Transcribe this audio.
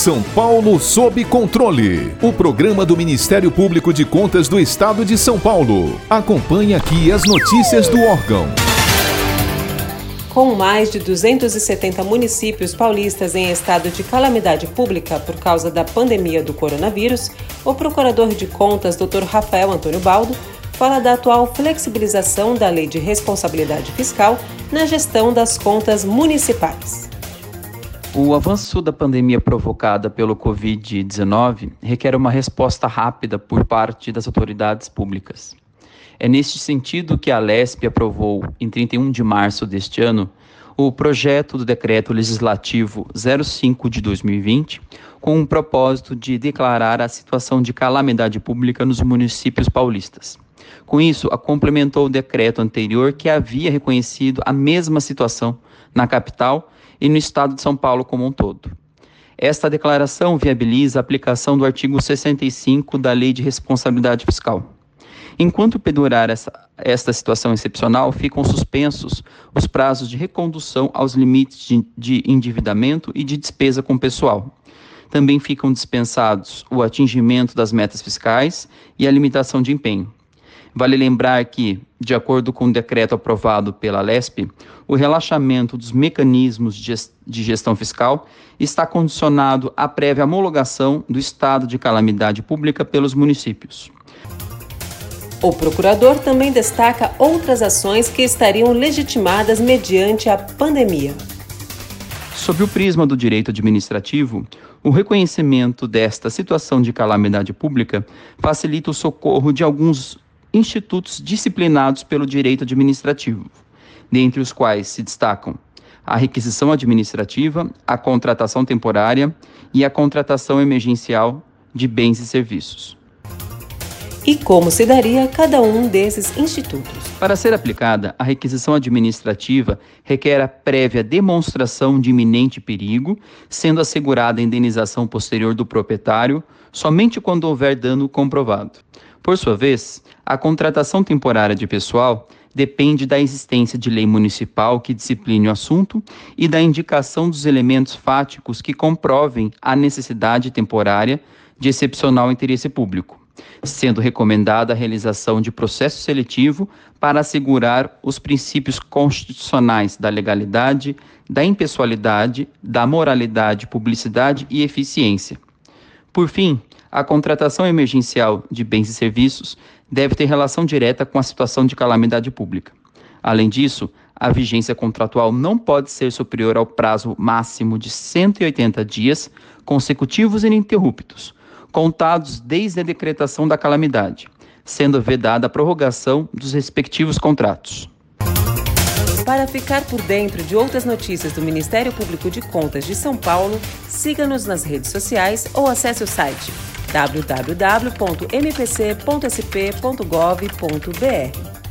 São Paulo sob controle. O programa do Ministério Público de Contas do Estado de São Paulo. Acompanhe aqui as notícias do órgão. Com mais de 270 municípios paulistas em estado de calamidade pública por causa da pandemia do coronavírus, o procurador de contas, Dr. Rafael Antônio Baldo, fala da atual flexibilização da Lei de Responsabilidade Fiscal na gestão das contas municipais. O avanço da pandemia provocada pelo Covid-19 requer uma resposta rápida por parte das autoridades públicas. É neste sentido que a LESP aprovou, em 31 de março deste ano, o projeto do Decreto Legislativo 05 de 2020, com o propósito de declarar a situação de calamidade pública nos municípios paulistas. Com isso, complementou o decreto anterior que havia reconhecido a mesma situação na capital e no estado de São Paulo como um todo. Esta declaração viabiliza a aplicação do artigo 65 da Lei de Responsabilidade Fiscal. Enquanto perdurar esta situação excepcional, ficam suspensos os prazos de recondução aos limites de endividamento e de despesa com pessoal. Também ficam dispensados o atingimento das metas fiscais e a limitação de empenho. Vale lembrar que, de acordo com o decreto aprovado pela LESP, o relaxamento dos mecanismos de gestão fiscal está condicionado à prévia homologação do estado de calamidade pública pelos municípios. O procurador também destaca outras ações que estariam legitimadas mediante a pandemia. Sob o prisma do direito administrativo, o reconhecimento desta situação de calamidade pública facilita o socorro de alguns institutos disciplinados pelo direito administrativo, dentre os quais se destacam a requisição administrativa, a contratação temporária e a contratação emergencial de bens e serviços. E como se daria cada um desses institutos? Para ser aplicada, a requisição administrativa requer a prévia demonstração de iminente perigo, sendo assegurada a indenização posterior do proprietário somente quando houver dano comprovado. Por sua vez, a contratação temporária de pessoal depende da existência de lei municipal que discipline o assunto e da indicação dos elementos fáticos que comprovem a necessidade temporária de excepcional interesse público, sendo recomendada a realização de processo seletivo para assegurar os princípios constitucionais da legalidade, da impessoalidade, da moralidade, publicidade e eficiência. Por fim, a contratação emergencial de bens e serviços deve ter relação direta com a situação de calamidade pública. Além disso, a vigência contratual não pode ser superior ao prazo máximo de 180 dias consecutivos e ininterruptos, contados desde a decretação da calamidade, sendo vedada a prorrogação dos respectivos contratos. Para ficar por dentro de outras notícias do Ministério Público de Contas de São Paulo, siga-nos nas redes sociais ou acesse o site www.mpc.sp.gov.br.